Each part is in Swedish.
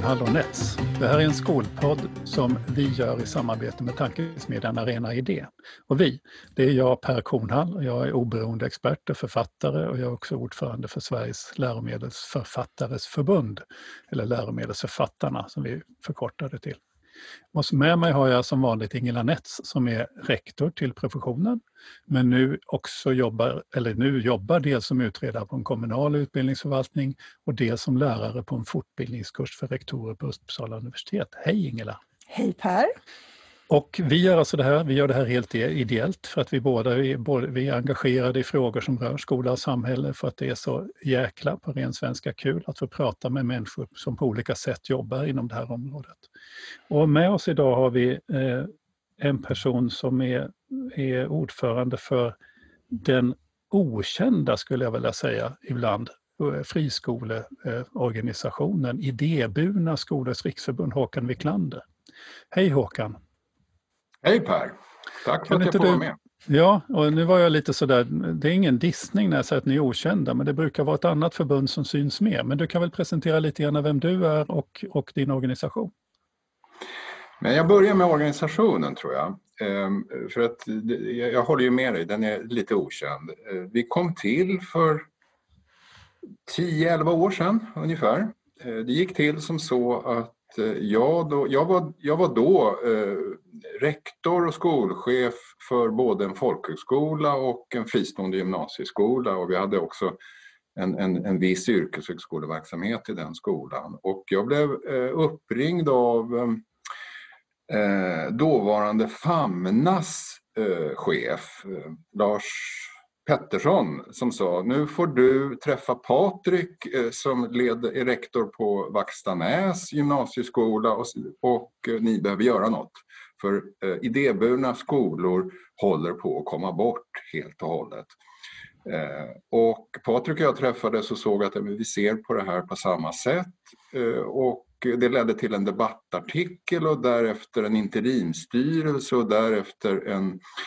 Hallå Nets. Det här är en skolpodd som vi gör i samarbete med tankesmedjan Arena Idé. Och det är jag, Per Kornhall, och jag är oberoende expert och författare, och jag är också ordförande för Sveriges läromedelsförfattares förbund, eller läromedelsförfattarna som vi förkortar det till. Och med mig har jag som vanligt Ingela Nets som är rektor till professionen, men nu jobbar dels som utredare på en kommunal utbildningsförvaltning och dels som lärare på en fortbildningskurs för rektorer på Uppsala universitet. Hej Ingela! Hej Per! Och vi gör det här helt ideellt för att vi är engagerade i frågor som rör skola och samhälle, för att det är så jäkla på ren svenska kul att få prata med människor som på olika sätt jobbar inom det här området. Och med oss idag har vi en person som är ordförande för den okända, skulle jag vilja säga ibland, friskoleorganisationen Idéburna skolors riksförbund, Håkan Wiklander. Hej Håkan! Hej Per! Tack för att jag får vara med. Ja, och nu var jag lite sådär, det är ingen dissning när jag säger att ni är okända, men det brukar vara ett annat förbund som syns mer. Men du kan väl presentera lite grann vem du är och din organisation? Men jag börjar med organisationen tror jag. För att jag håller ju med dig, den är lite okänd. Vi kom till för 10-11 år sedan ungefär. Det gick till som så att jag var då rektor och skolchef för både en folkhögskola och en fristående gymnasieskola, och vi hade också en viss yrkeshögskoleverksamhet i den skolan. Och jag blev uppringd av dåvarande Famnas chef Lars Pettersson, som sa: nu får du träffa Patrik som är rektor på Vaxtanäs gymnasieskola och ni behöver göra något. För idéburna skolor håller på att komma bort helt och hållet. Och Patrik och jag träffades och såg att vi ser på det här på samma sätt. Och det ledde till en debattartikel och därefter en interimstyrelse och därefter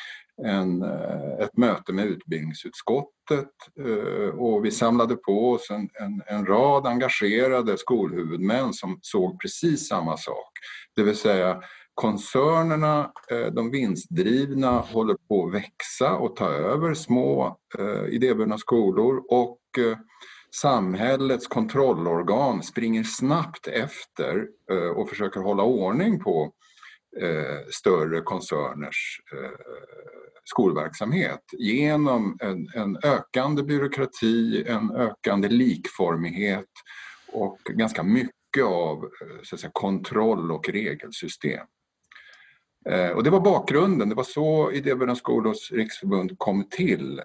ett möte med utbildningsutskottet, och vi samlade på oss en rad engagerade skolhuvudmän som såg precis samma sak. Det vill säga koncernerna, de vinstdrivna, håller på att växa och ta över små idéburna skolor, och samhällets kontrollorgan springer snabbt efter och försöker hålla ordning på större koncerners skolverksamhet genom en ökande byråkrati, en ökande likformighet och ganska mycket av så att säga, kontroll och regelsystem. Och det var bakgrunden, det var så Idéburna skolors riksförbund kom till.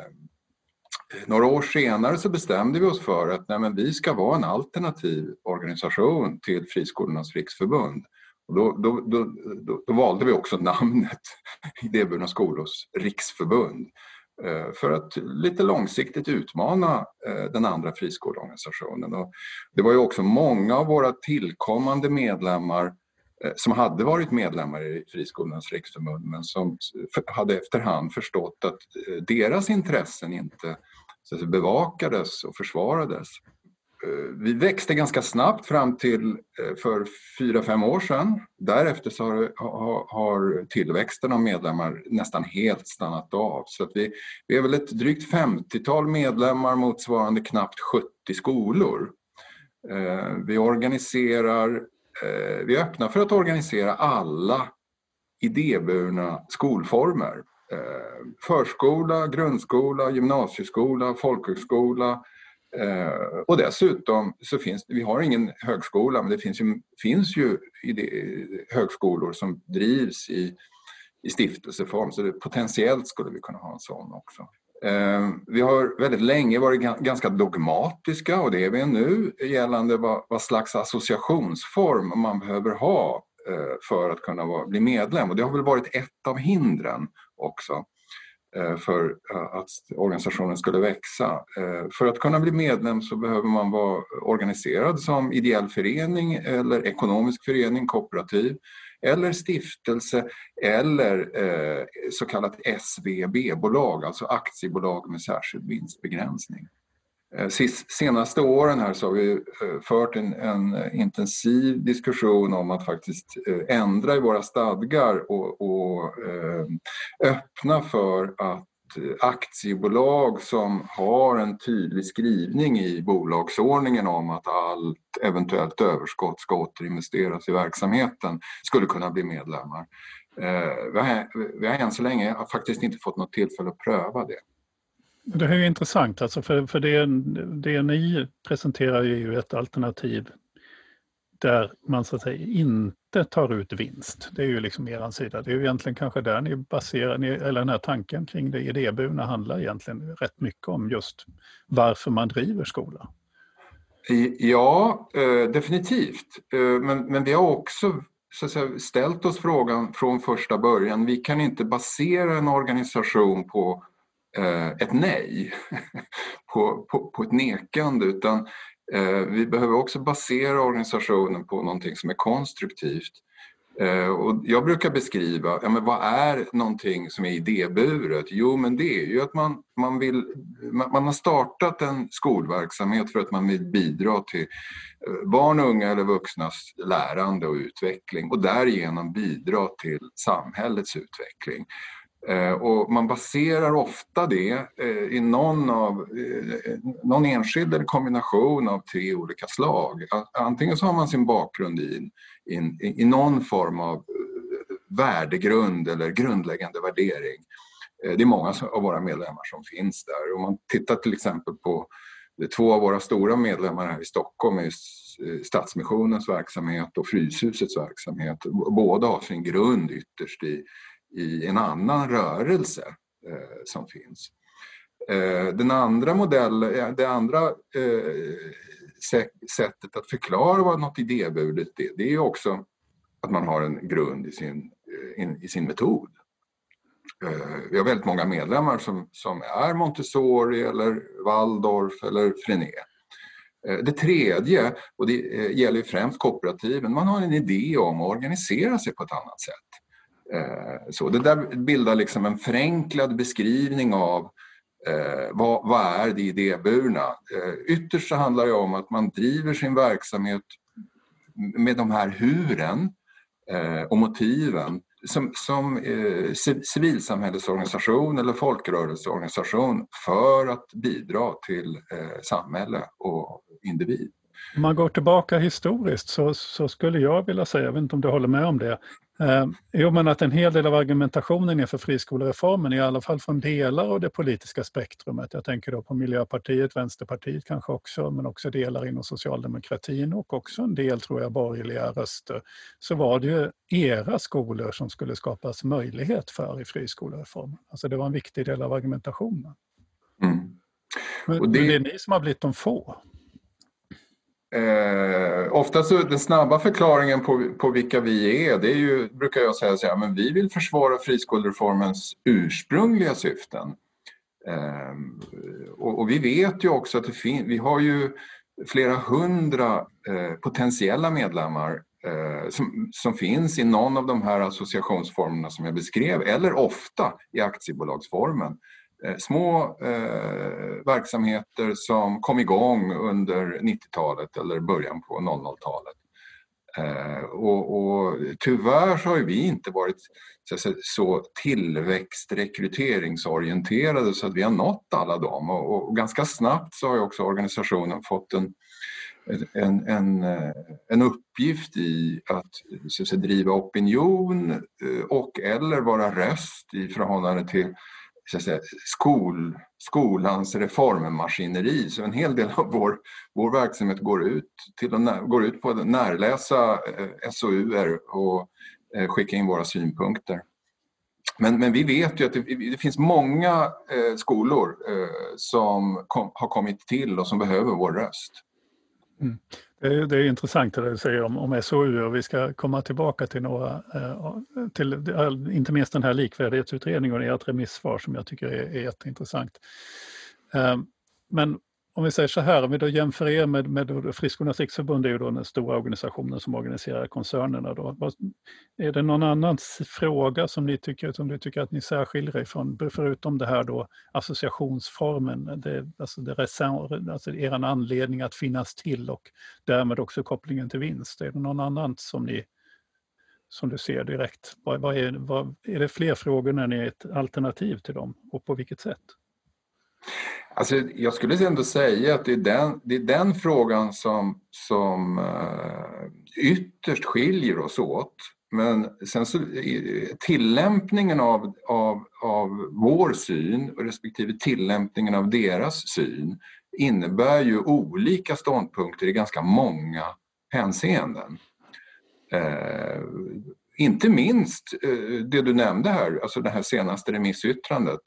Några år senare så bestämde vi oss för att vi ska vara en alternativ organisation till Friskolornas riksförbund. Och då valde vi också namnet Idéburna skolors riksförbund för att lite långsiktigt utmana den andra friskoleorganisationen. Och det var ju också många av våra tillkommande medlemmar som hade varit medlemmar i Friskolornas riksförbund, men som hade efterhand förstått att deras intressen inte bevakades och försvarades. Vi växte ganska snabbt fram till för 4-5 år sedan. Därefter så har tillväxten av medlemmar nästan helt stannat av. Så att vi är väl ett drygt 50-tal medlemmar motsvarande knappt 70 skolor. Vi är öppna för att organisera alla idéburna skolformer. Förskola, grundskola, gymnasieskola, folkhögskola. Och dessutom så vi har ingen högskola, men det finns ju högskolor som drivs i stiftelseform, så potentiellt skulle vi kunna ha en sån också. Vi har väldigt länge varit ganska dogmatiska, och det är vi nu, gällande vad slags associationsform man behöver ha för att kunna bli medlem. Och det har väl varit ett av hindren också för att organisationen skulle växa. För att kunna bli medlem så behöver man vara organiserad som ideell förening eller ekonomisk förening, kooperativ eller stiftelse eller så kallat SVB-bolag, alltså aktiebolag med särskild vinstbegränsning. Senaste åren här så har vi fört en intensiv diskussion om att faktiskt ändra i våra stadgar och öppna för att aktiebolag som har en tydlig skrivning i bolagsordningen om att allt eventuellt överskott ska återinvesteras i verksamheten skulle kunna bli medlemmar. Vi har än så länge faktiskt inte fått något tillfälle att pröva det. Det här är intressant, alltså för det ni presenterar är ju ett alternativ där man så att säga inte tar ut vinst. Det är ju liksom er sida. Det är ju egentligen kanske där ni baserar, eller den här tanken kring det idéburna handlar egentligen rätt mycket om just varför man driver skola. Ja, definitivt. Men vi har också så att säga, ställt oss frågan från första början. Vi kan inte basera en organisation på ett nej, på ett nekande, utan vi behöver också basera organisationen på någonting som är konstruktivt. Och jag brukar beskriva, ja, men vad är någonting som är idéburet? Jo, men det är ju att man har startat en skolverksamhet för att man vill bidra till barn, unga eller vuxnas lärande och utveckling och därigenom bidra till samhällets utveckling. Och man baserar ofta det i någon enskild eller kombination av 3 olika slag. Antingen så har man sin bakgrund i någon form av värdegrund eller grundläggande värdering. Det är många av våra medlemmar som finns där. Om man tittar till exempel på 2 av våra stora medlemmar här i Stockholm är Stadsmissionens verksamhet och Fryshusets verksamhet. Båda har sin grund ytterst i en annan rörelse som finns. Det andra sättet att förklara vad något idéburet är, det är ju också att man har en grund i sin metod. Vi har väldigt många medlemmar som är Montessori eller Waldorf eller Freinet. Det tredje, och det gäller ju främst kooperativen, man har en idé om att organisera sig på ett annat sätt. Så det där bildar liksom en förenklad beskrivning av vad är det idéburna. Ytterst så handlar det om att man driver sin verksamhet med de här huren och motiven som civilsamhällesorganisation eller folkrörelseorganisation för att bidra till samhälle och individ. Om man går tillbaka historiskt så skulle jag vilja säga, jag vet inte om du håller med om det, men att en hel del av argumentationen inför friskolereformen, i alla fall från delar av det politiska spektrumet, jag tänker då på Miljöpartiet, Vänsterpartiet kanske också, men också delar inom socialdemokratin och också en del, tror jag, borgerliga röster, så var det ju era skolor som skulle skapas möjlighet för i friskolereformen. Alltså det var en viktig del av argumentationen. Mm. Men det är ni som har blivit de få. Ofta så den snabba förklaringen på vilka vi är, det är ju, brukar jag säga så här, men vi vill försvara friskolereformens ursprungliga syften. Och vi vet ju också att vi har ju flera hundra potentiella medlemmar som finns i någon av de här associationsformerna som jag beskrev, eller ofta i aktiebolagsformen. Små verksamheter som kom igång under 90-talet eller början på 00-talet. Och tyvärr så har vi inte varit så tillväxt-rekryteringsorienterade så att vi har nått alla dem. Och ganska snabbt så har också organisationen fått en uppgift i att driva opinion och eller vara röst i förhållande till skolans reformmaskineri. Så en hel del av vår verksamhet går ut på att närläsa SOU:er och skicka in våra synpunkter. Men vi vet ju att det finns många skolor som har kommit till och som behöver vår röst. Mm. Det är intressant det du säger om SOU, och vi ska komma tillbaka till några, inte minst den här likvärdighetsutredningen och ert remissvar som jag tycker är jätteintressant. Men om vi säger så här, om vi då jämför er med Friskolornas riksförbund, är ju då den stora organisationen som organiserar koncernerna då. Är det någon annan fråga som du tycker att ni särskiljer er från, förutom det här då associationsformen, alltså er anledning att finnas till och därmed också kopplingen till vinst? Är det någon annan som du ser direkt? Är det fler frågor när ni är ett alternativ till dem, och på vilket sätt? Alltså, jag skulle ändå säga att det är den frågan som ytterst skiljer oss åt. Men sen så tillämpningen av vår syn och respektive tillämpningen av deras syn innebär ju olika ståndpunkter i ganska många hänseenden. Inte minst det du nämnde här, alltså det här senaste remissyttrandet.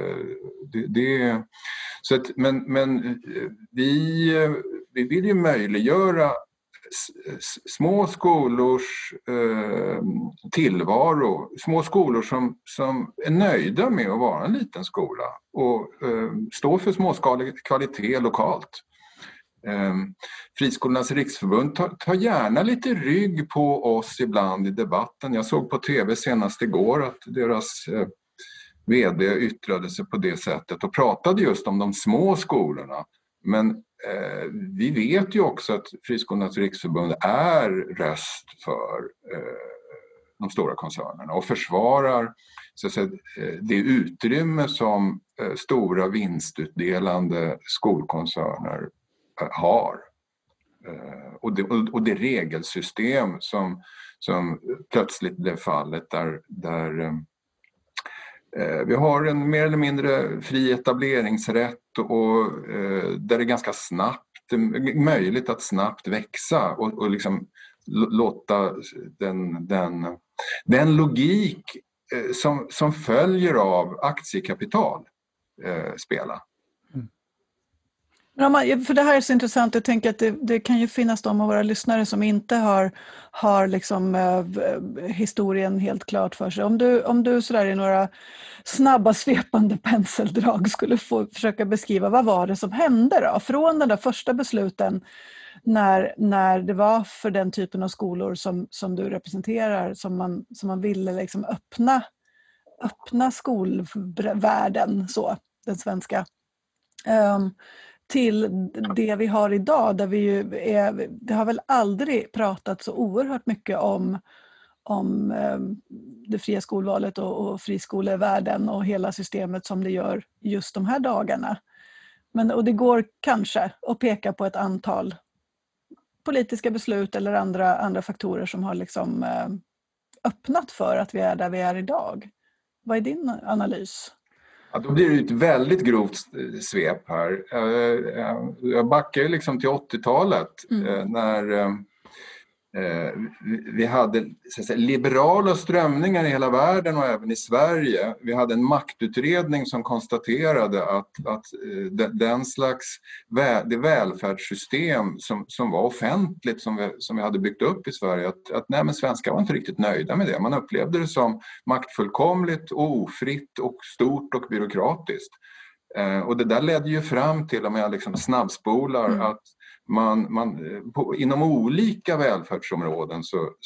Men vi vill ju möjliggöra små skolors tillvaro, små skolor som är nöjda med att vara en liten skola och stå för småskalig kvalitet lokalt. Friskolornas riksförbund tar gärna lite rygg på oss ibland i debatten. Jag såg på tv senast igår att deras vd yttrade sig på det sättet och pratade just om de små skolorna. Men vi vet ju också att Friskolornas riksförbund är röst för de stora koncernerna och försvarar så att säga, det utrymme som stora vinstutdelande skolkoncerner har. Och det regelsystem som plötsligt blev fallet där vi har en mer eller mindre fri etableringsrätt och där det är ganska snabbt möjligt att snabbt växa och liksom låta den logik som följer av aktiekapital spela. För det här är så intressant, jag tänker att det kan ju finnas de av våra lyssnare som inte har liksom, historien helt klart för sig. Om du sådär i några snabba svepande penseldrag skulle få försöka beskriva vad var det som hände då? Från den där första besluten när det var för den typen av skolor som du representerar som man ville liksom öppna skolvärlden, så, den svenska. Till det vi har idag, där det har väl aldrig pratat så oerhört mycket om det fria skolvalet och friskolevärlden och hela systemet som det gör just de här dagarna. Och det går kanske att peka på ett antal politiska beslut eller andra faktorer som har liksom öppnat för att vi är där vi är idag. Vad är din analys? Ja, då blir det ett väldigt grovt svep här. Jag backar liksom till 80-talet när vi hade så att säga, liberala strömningar i hela världen och även i Sverige. Vi hade en maktutredning som konstaterade att det välfärdssystem som var offentligt som vi hade byggt upp i Sverige, att svenskar var inte riktigt nöjda med det. Man upplevde det som maktfullkomligt och ofritt och stort och byråkratiskt. Och det där ledde ju fram till, om jag liksom snabbspolar, att inom olika välfärdsområden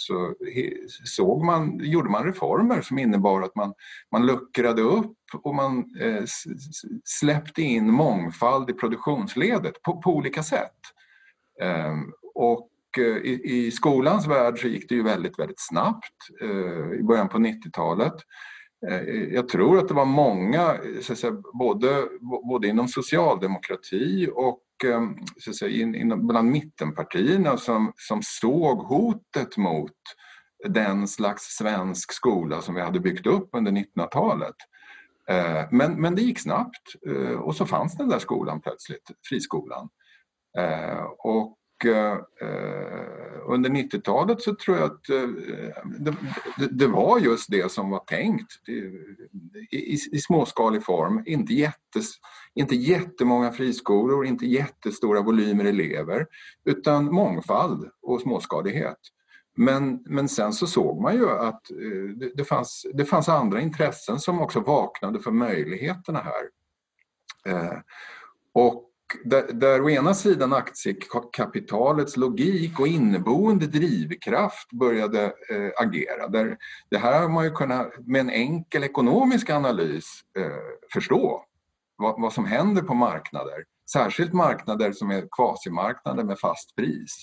gjorde man reformer som innebar att man luckrade upp och man släppte in mångfald i produktionsledet på olika sätt. Och i skolans värld så gick det ju väldigt, väldigt snabbt i början på 90-talet. Jag tror att det var många, så att säga, både inom socialdemokrati och så att säga, bland mittenpartierna som såg hotet mot den slags svensk skola som vi hade byggt upp under 1900-talet. Men det gick snabbt och så fanns den där skolan plötsligt, friskolan. Och under 90-talet så tror jag att det var just det som var tänkt i småskalig form. Inte jättemånga friskolor, inte jättestora volymer elever, utan mångfald och småskalighet. Men sen så såg man ju att det fanns andra intressen som också vaknade för möjligheterna här. Och där å ena sidan aktiekapitalets logik och inneboende drivkraft började agera. Det här har man ju kunnat med en enkel ekonomisk analys förstå vad som händer på marknader. Särskilt marknader som är kvasimarknader med fast pris.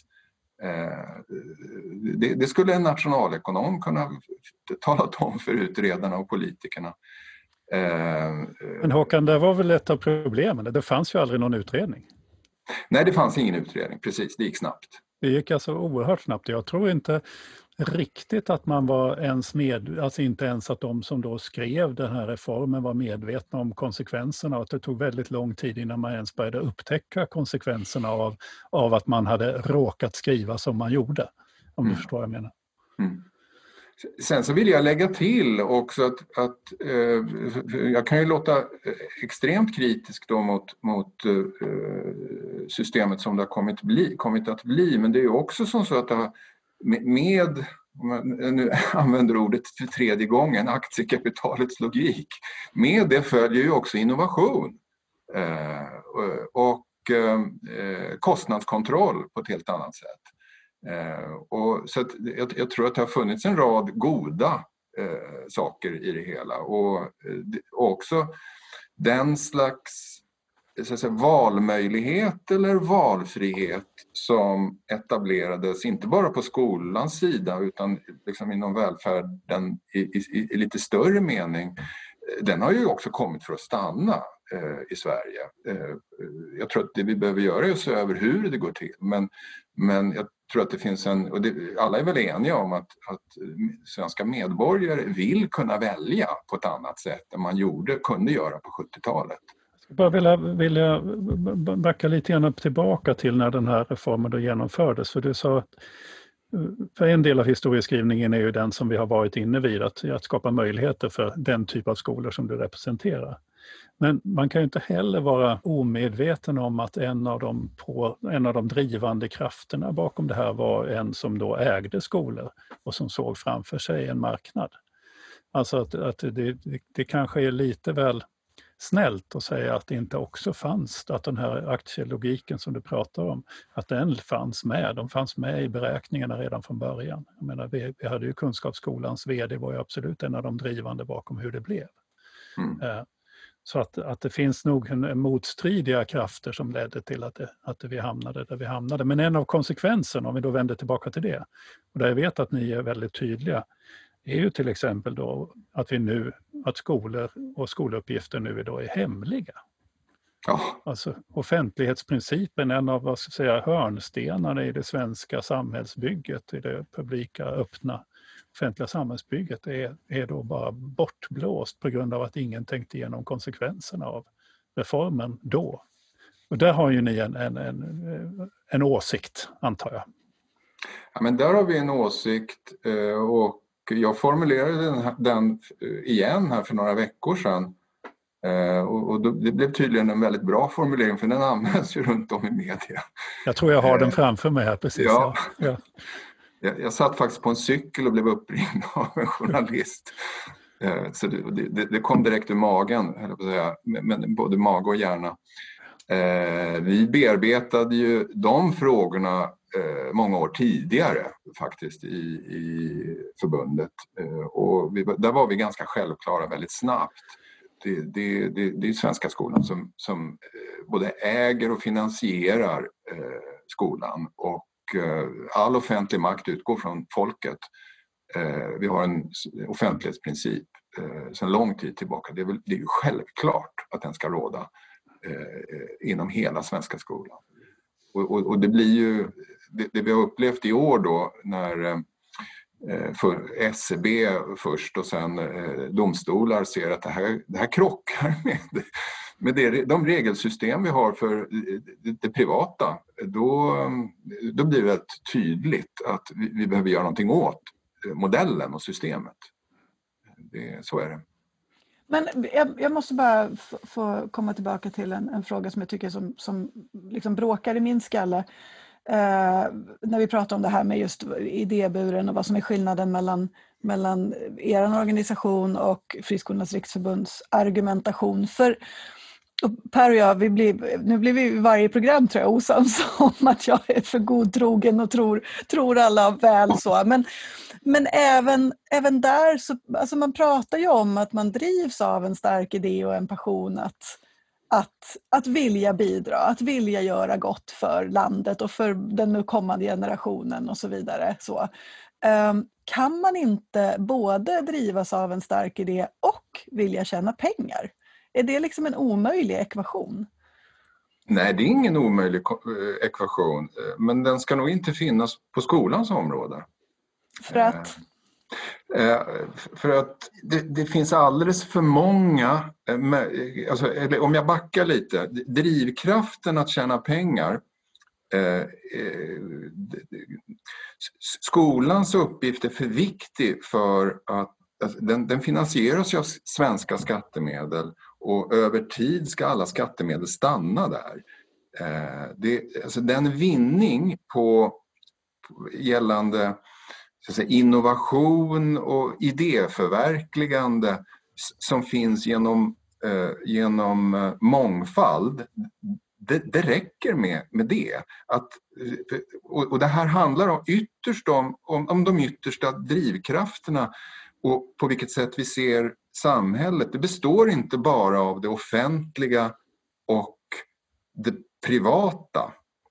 Det skulle en nationalekonom kunna talat om för utredarna och politikerna. Men Håkan, det var väl ett av problemen. Det fanns ju aldrig någon utredning. Nej, det fanns ingen utredning. Precis, det gick snabbt. Det gick alltså oerhört snabbt. Jag tror inte riktigt att man var ens alltså inte ens att de som då skrev den här reformen var medvetna om konsekvenserna, och att det tog väldigt lång tid innan man ens började upptäcka konsekvenserna av att man hade råkat skriva som man gjorde. Om du förstår vad jag menar. Mm. Sen så vill jag lägga till också att jag kan ju låta extremt kritisk då mot systemet som det har kommit att bli, men det är ju också som så att det har nu använder ordet för tredje gången, aktiekapitalets logik. Med det följer ju också innovation och kostnadskontroll på ett helt annat sätt. Och så att jag tror att det har funnits en rad goda saker i det hela, och också den slags så att säga, valmöjlighet eller valfrihet som etablerades inte bara på skolans sida utan liksom inom välfärden i lite större mening. Den har ju också kommit för att stanna i Sverige. Jag tror att det vi behöver göra är att se över hur det går till, men jag tror att det finns alla är väl eniga om att svenska medborgare vill kunna välja på ett annat sätt än man kunde göra på 70-talet. Jag bara vilja backa lite grann tillbaka till när den här reformen då genomfördes. För du sa att för en del av historieskrivningen är ju den som vi har varit inne vid, att skapa möjligheter för den typ av skolor som du representerar. Men man kan ju inte heller vara omedveten om att en av de drivande krafterna bakom det här var en som då ägde skolor och som såg framför sig en marknad. Alltså att det kanske är lite väl snällt att säga att det inte också fanns, att den här aktielogiken som du pratar om, att den fanns med. De fanns med i beräkningarna redan från början. Jag menar, vi hade ju Kunskapsskolans vd var ju absolut en av de drivande bakom hur det blev. Så att det finns nog en motstridiga krafter som ledde till att vi hamnade där vi hamnade. Men en av konsekvenserna, om vi då vänder tillbaka till det, och där jag vet att ni är väldigt tydliga, är ju till exempel då att skolor och skoluppgifter nu idag är hemliga. Ja. Alltså offentlighetsprincipen, en av hörnstenarna i det svenska samhällsbygget, i det publika, öppna, offentliga samhällsbygget är då bara bortblåst på grund av att ingen tänkte igenom konsekvenserna av reformen då. Och där har ju ni en åsikt, antar jag. Ja, men där har vi en åsikt, och jag formulerade den igen här för några veckor sedan. Och det blev tydligen en väldigt bra formulering, för den används ju runt om i media. Jag tror jag har den framför mig här precis. Ja. Ja. Jag satt faktiskt på en cykel och blev uppringd av en journalist. Så det kom direkt ur magen, höll jag på att säga, men både mage och hjärna. Vi bearbetade ju de frågorna många år tidigare faktiskt i förbundet. Och där var vi ganska självklara väldigt snabbt. Det är svenska skolan som både äger och finansierar skolan, och all offentlig makt utgår från folket. Vi har en offentlighetsprincip sedan lång tid tillbaka. Det är ju självklart att den ska råda inom hela svenska skolan. Och det blir ju det vi har upplevt i år då, när för SCB först och sen domstolar ser att det här krockar med de regelsystem vi har för det privata, då blir det tydligt att vi behöver göra någonting åt modellen och systemet. Så är det. Men jag måste bara få komma tillbaka till en fråga som jag tycker som liksom bråkar i min skalle. När vi pratar om det här med just idéburen och vad som är skillnaden mellan er organisation och Friskolornas riksförbunds argumentation. För Och Per och jag, nu blir vi i varje program tror jag osams om att jag är för godtrogen och tror alla väl så. Men även där, så, alltså man pratar ju om att man drivs av en stark idé och en passion att vilja bidra, att vilja göra gott för landet och för den nu kommande generationen och så vidare. Så. Kan man inte både drivas av en stark idé och vilja tjäna pengar? Är det liksom en omöjlig ekvation? Nej, det är ingen omöjlig ekvation, men den ska nog inte finnas på skolans område. För att? För att det finns alldeles för många, alltså, om jag backar lite, drivkraften att tjäna pengar. Skolans uppgift är för viktig för att alltså, den finansieras ju av svenska skattemedel och över tid ska alla skattemedel stanna där. Alltså den vinning gällande så att säga, innovation och idéförverkligande som finns genom mångfald, det räcker med det. Och det här handlar ytterst om de yttersta drivkrafterna och på vilket sätt vi ser samhället. Det består inte bara av det offentliga och det privata.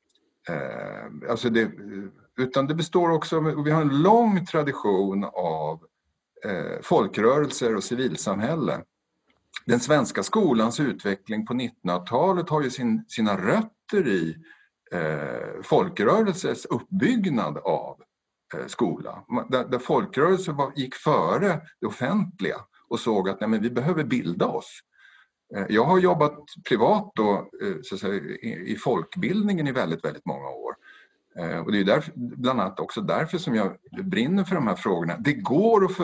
Utan det består också av, vi har en lång tradition av folkrörelser och civilsamhälle. Den svenska skolans utveckling på 1900-talet har ju sina rötter i folkrörelsers uppbyggnad av skola. Där folkrörelser gick före det offentliga och såg att nej, men vi behöver bilda oss. Jag har jobbat privat då, så att säga, i folkbildningen i väldigt, väldigt många år. Och det är därför, bland annat också därför som jag brinner för de här frågorna. Det går att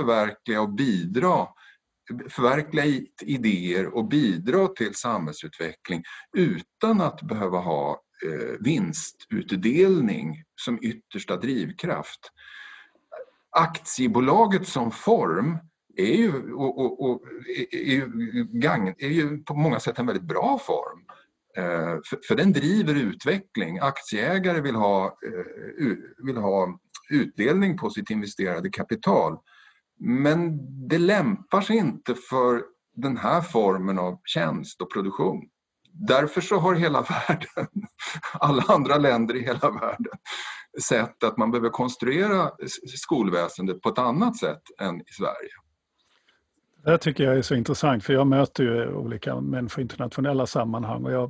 förverkliga idéer och bidra till samhällsutveckling utan att behöva ha vinstutdelning som yttersta drivkraft. Aktiebolaget som form är ju på många sätt en väldigt bra form. För den driver utveckling. Aktieägare vill ha utdelning på sitt investerade kapital. Men det lämpar sig inte för den här formen av tjänst och produktion. Därför så har hela världen, alla andra länder i hela världen, sett att man behöver konstruera skolväsendet på ett annat sätt än i Sverige. Det tycker jag är så intressant, för jag möter ju olika människor i internationella sammanhang och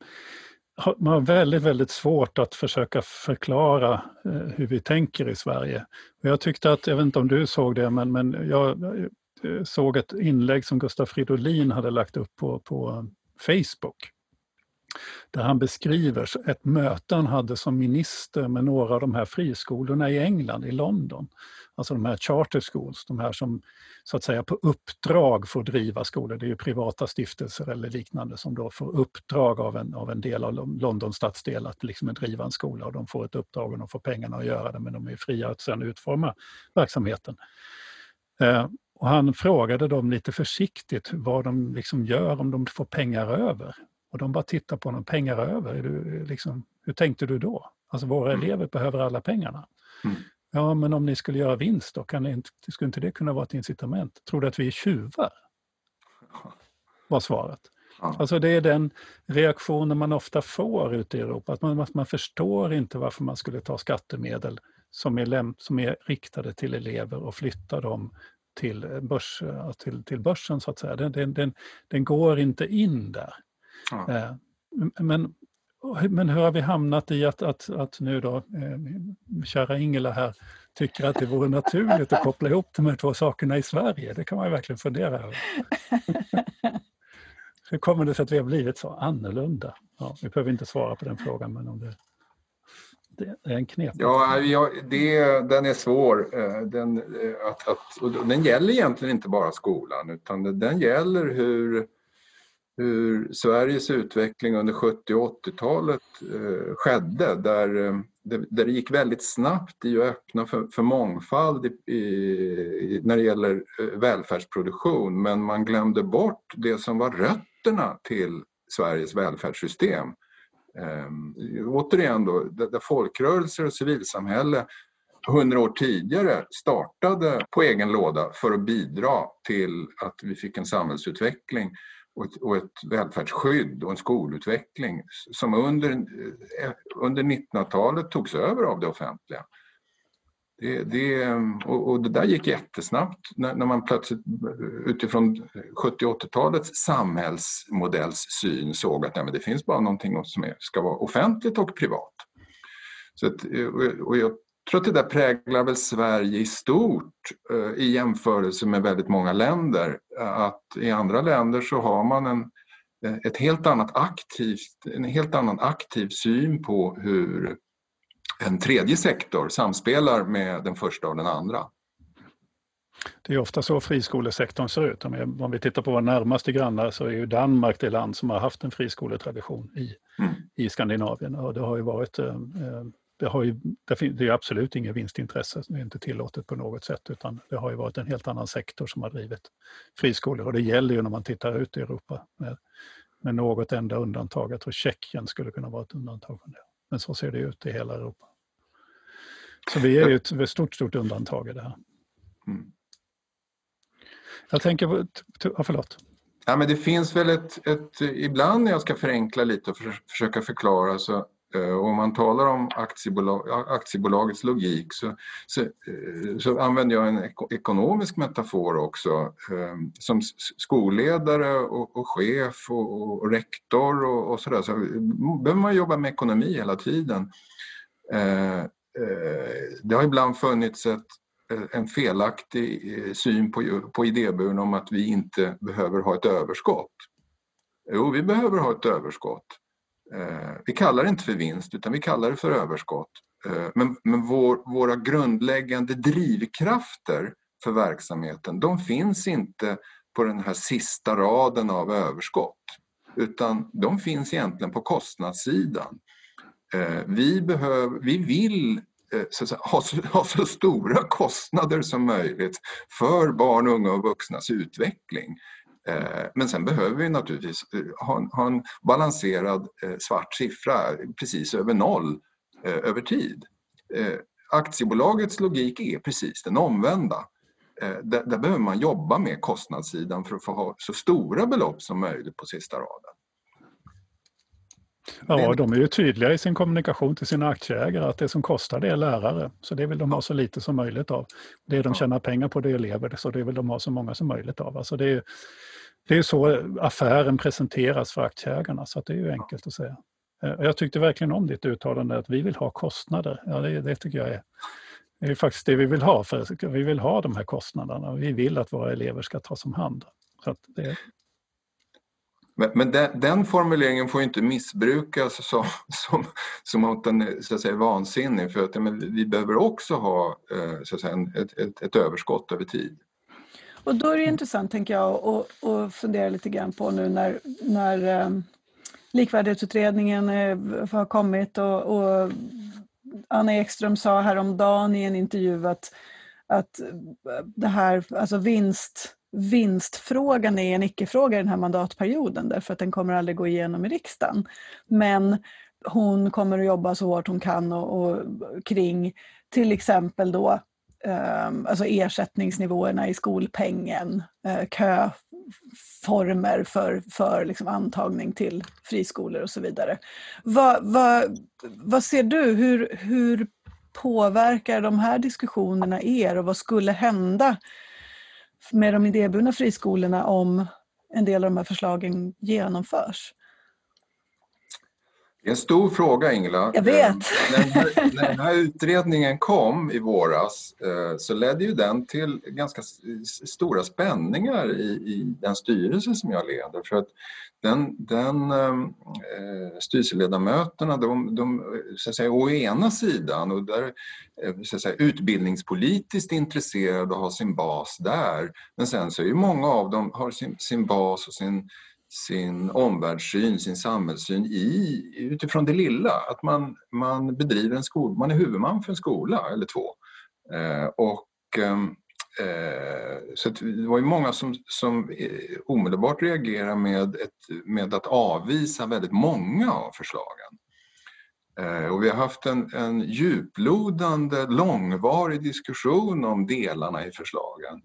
man har väldigt, väldigt svårt att försöka förklara hur vi tänker i Sverige. Och jag tyckte att, jag vet inte om du såg det, men jag såg ett inlägg som Gustaf Fridolin hade lagt upp på Facebook. Där han beskriver ett möte han hade som minister med några av de här friskolorna i England, i London. Alltså de här charter schools, de här som så att säga på uppdrag får driva skolor. Det är ju privata stiftelser eller liknande som då får uppdrag av en del av Londons stadsdel att liksom driva en skola, och de får ett uppdrag och de får pengarna att göra det, men de är fria att sedan utforma verksamheten. Och han frågade dem lite försiktigt vad de liksom gör om de får pengar över. Och de bara tittar på dem, pengar över, hur tänkte du då? Alltså våra elever behöver alla pengarna. Mm. Ja, men om ni skulle göra vinst då, skulle inte det kunna vara ett incitament? Tror du att vi är tjuvar? Var svaret. Ja. Alltså det är den reaktionen man ofta får ute i Europa. Att man förstår inte varför man skulle ta skattemedel som är riktade till elever och flytta dem till börsen så att säga. Den går inte in där. Ja. Men hur har vi hamnat i att nu då, kära Ingela här, tycker att det vore naturligt att koppla ihop de här två sakerna i Sverige? Det kan man ju verkligen fundera över. Hur kommer det sig att vi har blivit så annorlunda? Ja, vi behöver inte svara på den frågan, men om det är en knep. Ja, den är svår. Den gäller egentligen inte bara skolan, utan den gäller hur Sveriges utveckling under 70- och 80-talet skedde, där det gick väldigt snabbt i att öppna för mångfald när det gäller välfärdsproduktion, men man glömde bort det som var rötterna till Sveriges välfärdssystem. Återigen då, där folkrörelser och civilsamhälle 100 år tidigare startade på egen låda för att bidra till att vi fick en samhällsutveckling och ett välfärdsskydd och en skolutveckling som under 1900-talet togs över av det offentliga. Och det där gick jättesnabbt när man plötsligt utifrån 70-80-talets samhällsmodellssyn såg att det finns bara någonting som ska vara offentligt och privat. Så och jag tror att det där präglar väl Sverige i stort i jämförelse med väldigt många länder. Att i andra länder så har man en helt annan aktiv syn på hur en tredje sektor samspelar med den första och den andra. Det är ofta så friskolesektorn ser ut. Om vi tittar på våra närmaste grannar så är ju Danmark det land som har haft en friskoletradition i Skandinavien. Och det har ju varit, det är absolut inget vinstintresse, det är inte tillåtet på något sätt, utan det har ju varit en helt annan sektor som har drivit friskolor. Och det gäller ju när man tittar ut i Europa med något enda undantag. Jag tror Tjeckien skulle kunna vara ett undantag från det. Men så ser det ut i hela Europa. Så vi är ju ett stort undantag i det här. Mm. Jag tänker förlåt. Ja, men det finns väl ibland när jag ska förenkla lite och försöka förklara så om man talar om aktiebolagets logik så använder jag en ekonomisk metafor också. Som skolledare och chef och rektor och sådär så behöver man jobba med ekonomi hela tiden. Det har ibland funnits en felaktig syn på idéburen om att vi inte behöver ha ett överskott. Jo, vi behöver ha ett överskott. Vi kallar det inte för vinst utan vi kallar det för överskott. Men våra grundläggande drivkrafter för verksamheten, de finns inte på den här sista raden av överskott. Utan de finns egentligen på kostnadssidan. Vi vill ha så stora kostnader som möjligt för barn, unga och vuxnas utveckling. Men sen behöver vi naturligtvis ha en balanserad svart siffra precis över noll över tid. Aktiebolagets logik är precis den omvända. Där behöver man jobba med kostnadssidan för att få ha så stora belopp som möjligt på sista raden. Ja, de är ju tydliga i sin kommunikation till sina aktieägare att det som kostar det är lärare. Så det vill de ha så lite som möjligt av. Det de tjänar pengar på det är elever, så det vill de ha så många som möjligt av. Alltså det är så affären presenteras för aktieägarna, så att det är ju enkelt att säga. Jag tyckte verkligen om ditt uttalande att vi vill ha kostnader. Ja, det tycker jag är faktiskt det vi vill ha. För vi vill ha de här kostnaderna. Vi vill att våra elever ska tas om hand. Så att Men den formuleringen får inte missbrukas som att den är, så att säga, vansinnig. För att vi behöver också ha så att säga, ett överskott över tid. Och då är det intressant, tänker jag, att fundera lite grann på nu när likvärdighetsutredningen har kommit och Anna Ekström sa häromdagen i en intervju att det här, alltså vinstfrågan är en icke-fråga i den här mandatperioden därför att den kommer aldrig gå igenom i riksdagen. Men hon kommer att jobba så hårt hon kan och kring till exempel då alltså ersättningsnivåerna i skolpengen, köformer för liksom antagning till friskolor och så vidare. Vad ser du? Hur påverkar de här diskussionerna er och vad skulle hända med de idéburna friskolorna om en del av de här förslagen genomförs? Det är en stor fråga, Ingela. Jag vet. När den här utredningen kom i våras så ledde ju den till ganska stora spänningar i den styrelse som jag leder. För att styrelseledamöterna, de så att säga, å ena sidan och där så att säga, utbildningspolitiskt intresserade och har sin bas där. Men sen så är ju många av dem har sin bas och sin omvärldssyn, sin samhällssyn utifrån det lilla. Att man bedriver en skola, man är huvudman för en skola eller två. Så det var ju många som omedelbart reagerade med att avvisa väldigt många av förslagen. Och vi har haft en djuplodande, långvarig diskussion om delarna i förslagen.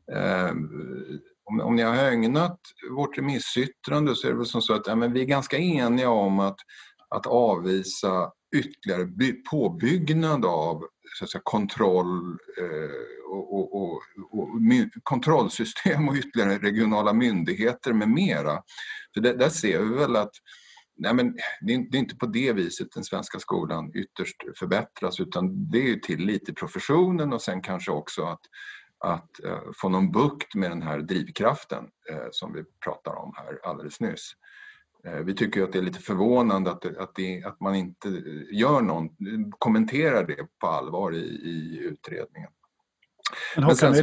Om ni har ägnat vårt remissyttrande så är det väl som så att men vi är ganska eniga om att avvisa ytterligare påbyggnad av så att säga, kontroll och kontrollsystem och ytterligare regionala myndigheter med mera. För där ser vi väl att det är inte på det viset den svenska skolan ytterst förbättras, utan det är ju tillit till professionen och sen kanske också att få någon bukt med den här drivkraften som vi pratar om här alldeles nyss. Vi tycker att det är lite förvånande att man inte kommenterar det på allvar i utredningen. Men Håkan,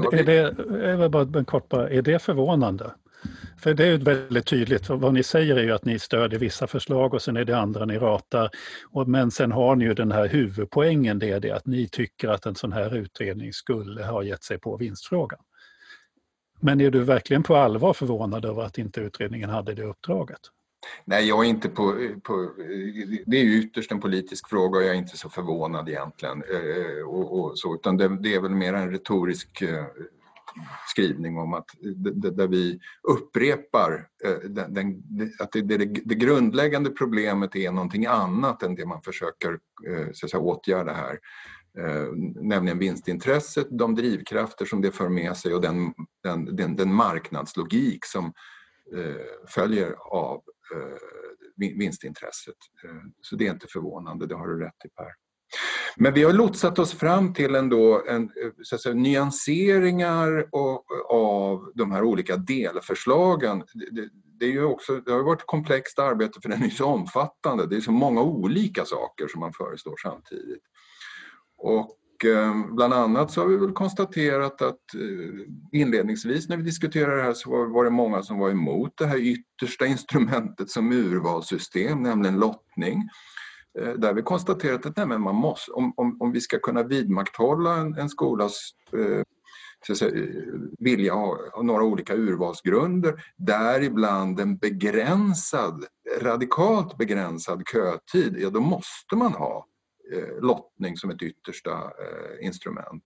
är det förvånande? För det är ju väldigt tydligt, vad ni säger är ju att ni stödjer vissa förslag och sen är det andra ni ratar. Men sen har ni ju den här huvudpoängen, det är det att ni tycker att en sån här utredning skulle ha gett sig på vinstfrågan. Men är du verkligen på allvar förvånad över att inte utredningen hade det uppdraget? Nej, jag är inte det är ju ytterst en politisk fråga och jag är inte så förvånad egentligen. Utan det är väl mer en retorisk skrivning om att där vi upprepar att det grundläggande problemet är någonting annat än det man försöker så att säga, åtgärda här. Nämligen vinstintresset, de drivkrafter som det för med sig och den marknadslogik som följer av vinstintresset. Så det är inte förvånande, det har du rätt i, Per. Men vi har lotsat oss fram till ändå så att säga, nyanseringar av de här olika delförslagen. Det har varit ett komplext arbete för den är så omfattande. Det är så många olika saker som man föreslår samtidigt. Och bland annat så har vi väl konstaterat att inledningsvis när vi diskuterade det här så var det många som var emot det här yttersta instrumentet som urvalssystem, nämligen lottning. Där vi konstaterat att man måste, om vi ska kunna vidmakthålla en skolas så att säga, vilja ha några olika urvalsgrunder, däribland en radikalt begränsad kötid, ja då måste man ha lottning som ett yttersta instrument.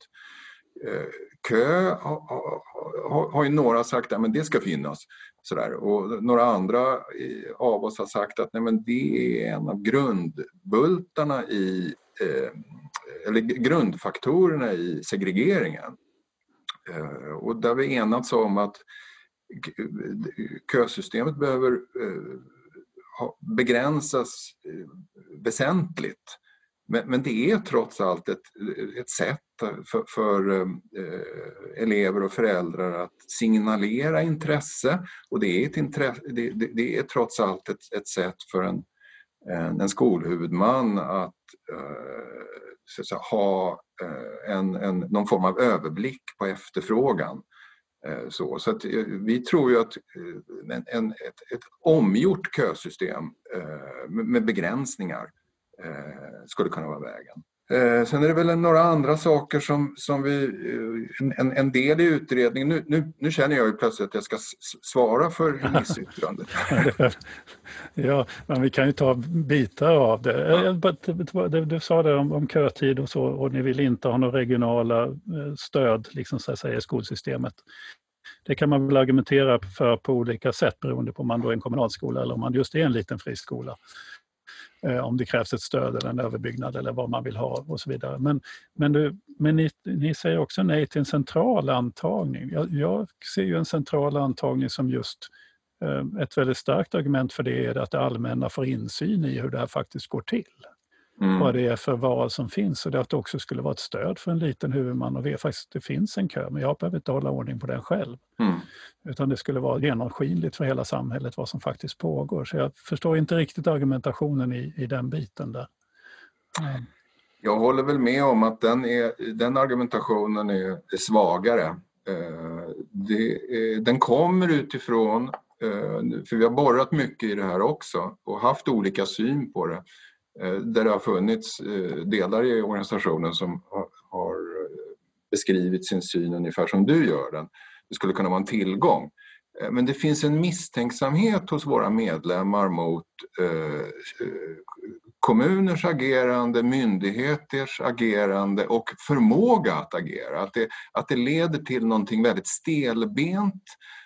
Kö har ju några sagt att det ska finnas. Sådär. Och några andra av oss har sagt att det är en av grundbultarna eller grundfaktorerna i segregeringen. Och där vi enats om att kösystemet behöver begränsas väsentligt. Men det är trots allt ett sätt för elever och föräldrar att signalera intresse, och det är trots allt ett sätt för en skolhuvudman att så att säga, ha någon form av överblick på efterfrågan. Så att vi tror ju att ett omgjort kösystem med begränsningar skulle kunna vara vägen. Sen är det väl några andra saker som vi, en del i utredningen, nu känner jag ju plötsligt att jag ska svara för remissyttrandet. Ja, men vi kan ju ta bitar av det. Du sa det om kötid och så, och ni vill inte ha några regionala stöd liksom så att säga, i skolsystemet. Det kan man väl argumentera för på olika sätt beroende på om man då är en kommunalskola eller om man just är en liten friskola. Om det krävs ett stöd eller en överbyggnad eller vad man vill ha och så vidare. Men ni säger också nej till en central antagning. Jag ser ju en central antagning som just ett väldigt starkt argument för det är att det allmänna får insyn i hur det här faktiskt går till. Vad det är för val som finns, och det att det också skulle vara ett stöd för en liten huvudman och det finns en kö, men jag behöver inte hålla ordning på den själv. Utan det skulle vara genomskinligt för hela samhället vad som faktiskt pågår. Så jag förstår inte riktigt argumentationen i den biten där. Jag håller väl med om att den argumentationen är svagare. Den kommer utifrån, för vi har borrat mycket i det här också och haft olika syn på det. Där det har funnits delar i organisationen som har beskrivit sin syn ungefär som du gör den. Det skulle kunna vara en tillgång. Men det finns en misstänksamhet hos våra medlemmar mot kommuners agerande, myndigheters agerande och förmåga att agera. Att det leder till någonting väldigt stelbent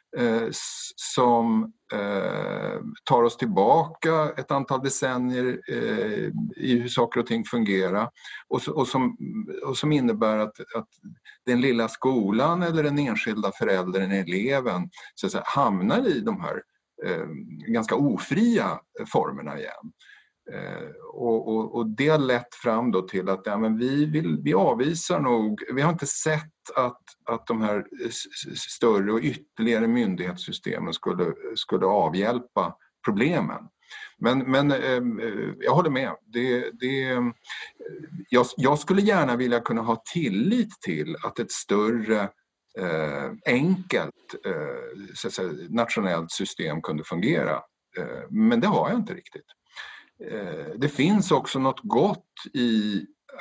som tar oss tillbaka ett antal decennier i hur saker och ting fungerar och som innebär att den lilla skolan eller den enskilda föräldern, eleven, så att säga, hamnar i de här ganska ofria formerna igen. Och det har lett fram då till att vi avvisar nog, vi har inte sett att de här större och ytterligare myndighetssystemen skulle avhjälpa problemen. Men jag håller med. Jag skulle gärna vilja kunna ha tillit till att ett större enkelt så att säga, nationellt system kunde fungera. Men det har jag inte riktigt. Det finns också något gott i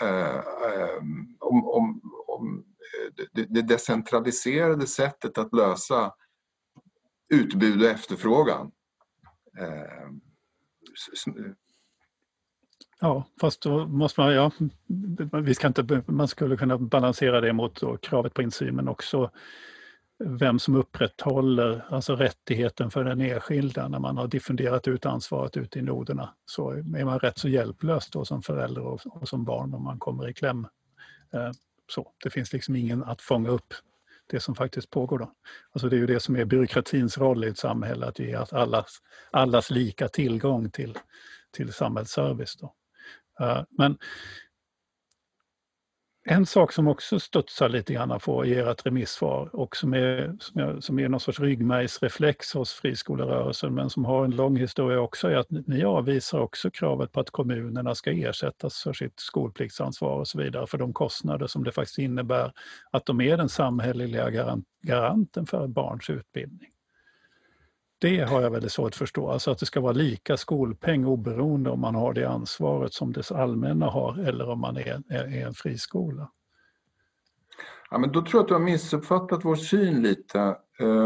om det decentraliserade sättet att lösa utbud och efterfrågan. Ja, fast då måste man skulle kunna balansera det mot kravet på insyn, men också vem som upprätthåller alltså rättigheten för den enskilda när man har diffunderat ut ansvaret ute i noderna. Så är man rätt så hjälplös då som förälder och som barn om man kommer i kläm. Så det finns liksom ingen att fånga upp det som faktiskt pågår då. Alltså det är ju det som är byråkratins roll i ett samhälle, att ge allas lika tillgång till samhällsservice då. Men en sak som också studsar lite grann på i ert remissvar och som är någon sorts ryggmärgsreflex hos friskolerörelsen, men som har en lång historia också, är att ni avvisar också kravet på att kommunerna ska ersättas för sitt skolpliktsansvar och så vidare, för de kostnader som det faktiskt innebär att de är den samhälleliga garanten för barns utbildning. Det har jag väldigt svårt att förstå. Alltså att det ska vara lika skolpeng oberoende om man har det ansvaret som det allmänna har eller om man är en friskola. Ja, men då tror jag att du har missuppfattat vår syn lite.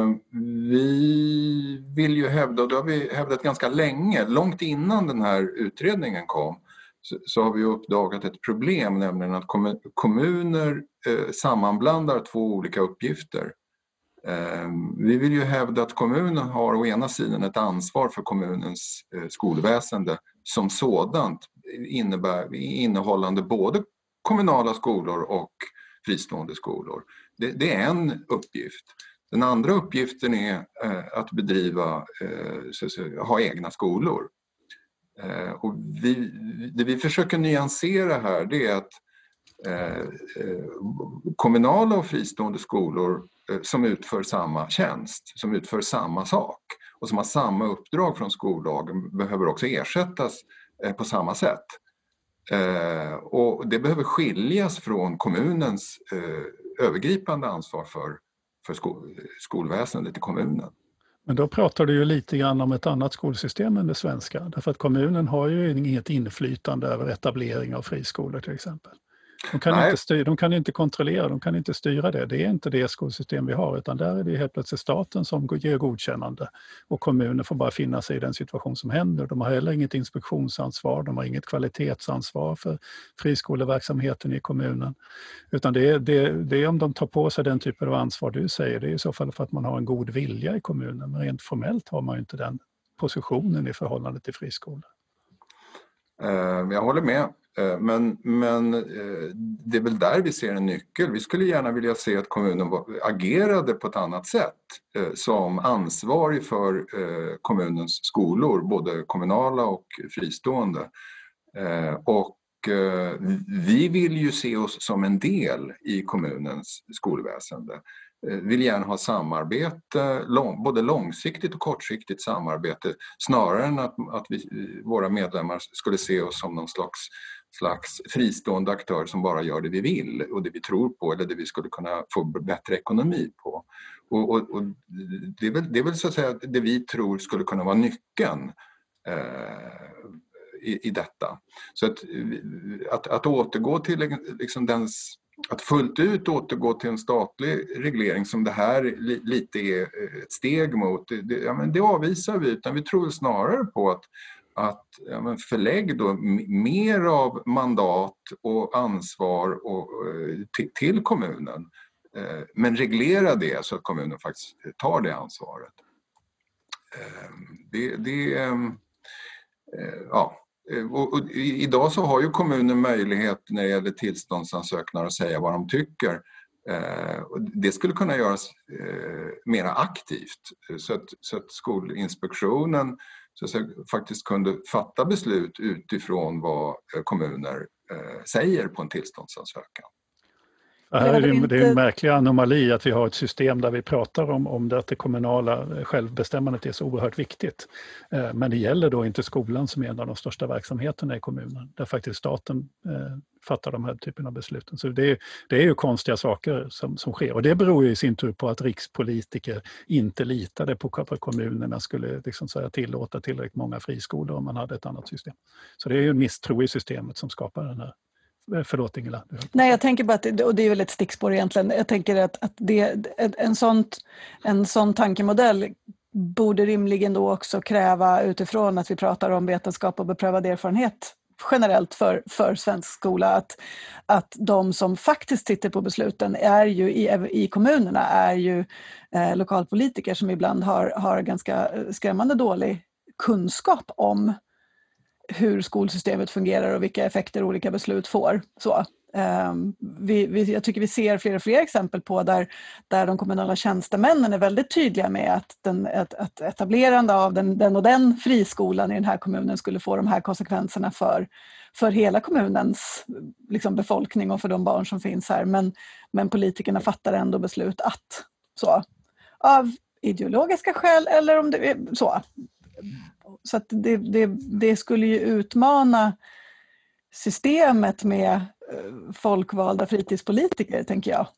Vi vill ju hävda, och det har vi hävdat ganska länge, långt innan den här utredningen kom, så har vi uppdagat ett problem, nämligen att kommuner sammanblandar två olika uppgifter. Vi vill ju hävda att kommunen har å ena sidan ett ansvar för kommunens skolväsende som sådant, innehållande både kommunala skolor och fristående skolor. Det är en uppgift. Den andra uppgiften är att bedriva, ha egna skolor. Och det vi försöker nyansera här, det är att kommunala och fristående skolor som utför samma tjänst, som utför samma sak och som har samma uppdrag från skollagen behöver också ersättas på samma sätt. Och det behöver skiljas från kommunens övergripande ansvar för skolväsendet i kommunen. Men då pratar du ju lite grann om ett annat skolsystem än det svenska, därför att kommunen har ju inget inflytande över etablering av friskolor till exempel. De kan inte kontrollera, de kan inte styra det. Det är inte det skolsystem vi har, utan där är det helt plötsligt staten som ger godkännande. Och kommunen får bara finna sig i den situation som händer. De har heller inget inspektionsansvar, de har inget kvalitetsansvar för friskoleverksamheten i kommunen. Utan det är om de tar på sig den typen av ansvar du säger, det är i så fall för att man har en god vilja i kommunen. Men rent formellt har man ju inte den positionen i förhållande till friskolor. Jag håller med. Men det är väl där vi ser en nyckel. Vi skulle gärna vilja se att kommunen agerade på ett annat sätt som ansvarig för kommunens skolor, både kommunala och fristående. Och vi vill ju se oss som en del i kommunens skolväsende. Vill gärna ha samarbete, både långsiktigt och kortsiktigt samarbete, snarare än att våra medlemmar skulle se oss som någon slags fristående aktör som bara gör det vi vill och det vi tror på eller det vi skulle kunna få bättre ekonomi på. Och det är väl så att säga det vi tror skulle kunna vara nyckeln i detta. Så att återgå till liksom att fullt ut återgå till en statlig reglering som det här lite är ett steg mot, det avvisar vi, utan vi tror snarare på att förlägg då mer av mandat och ansvar till kommunen, men reglera det så att kommunen faktiskt tar det ansvaret. Och idag så har ju kommunen möjlighet när det gäller tillståndsansökningar att säga vad de tycker. Och det skulle kunna göras mer aktivt så att Skolinspektionen så att säga, faktiskt kunde fatta beslut utifrån vad kommuner säger på en tillståndsansökan. Det är en märklig anomali att vi har ett system där vi pratar om att det kommunala självbestämmandet är så oerhört viktigt. Men det gäller då inte skolan som är en av de största verksamheterna i kommunen, där faktiskt staten fattar de här typen av besluten. Så det är ju konstiga saker som sker. Och det beror ju i sin tur på att rikspolitiker inte litade på att kommunerna skulle liksom tillåta tillräckligt många friskolor om man hade ett annat system. Så det är ju en misstro i systemet som skapar den här. Förlåt Ingela. Nej, jag tänker bara att, och det är väl ett stickspår egentligen, jag tänker att en sån tankemodell borde rimligen då också kräva, utifrån att vi pratar om vetenskap och beprövad erfarenhet generellt för svensk skola, att de som faktiskt sitter på besluten är ju i kommunerna är ju lokalpolitiker som ibland har ganska skrämmande dålig kunskap om hur skolsystemet fungerar och vilka effekter olika beslut får. Så, jag tycker vi ser fler och fler exempel på där de kommunala tjänstemännen är väldigt tydliga med att etablerande av den och den friskolan i den här kommunen skulle få de här konsekvenserna för hela kommunens liksom, befolkning och för de barn som finns här. Men politikerna fattar ändå beslut att så, av ideologiska skäl eller om det är så. Så att det skulle ju utmana systemet med folkvalda fritidspolitiker, tänker jag.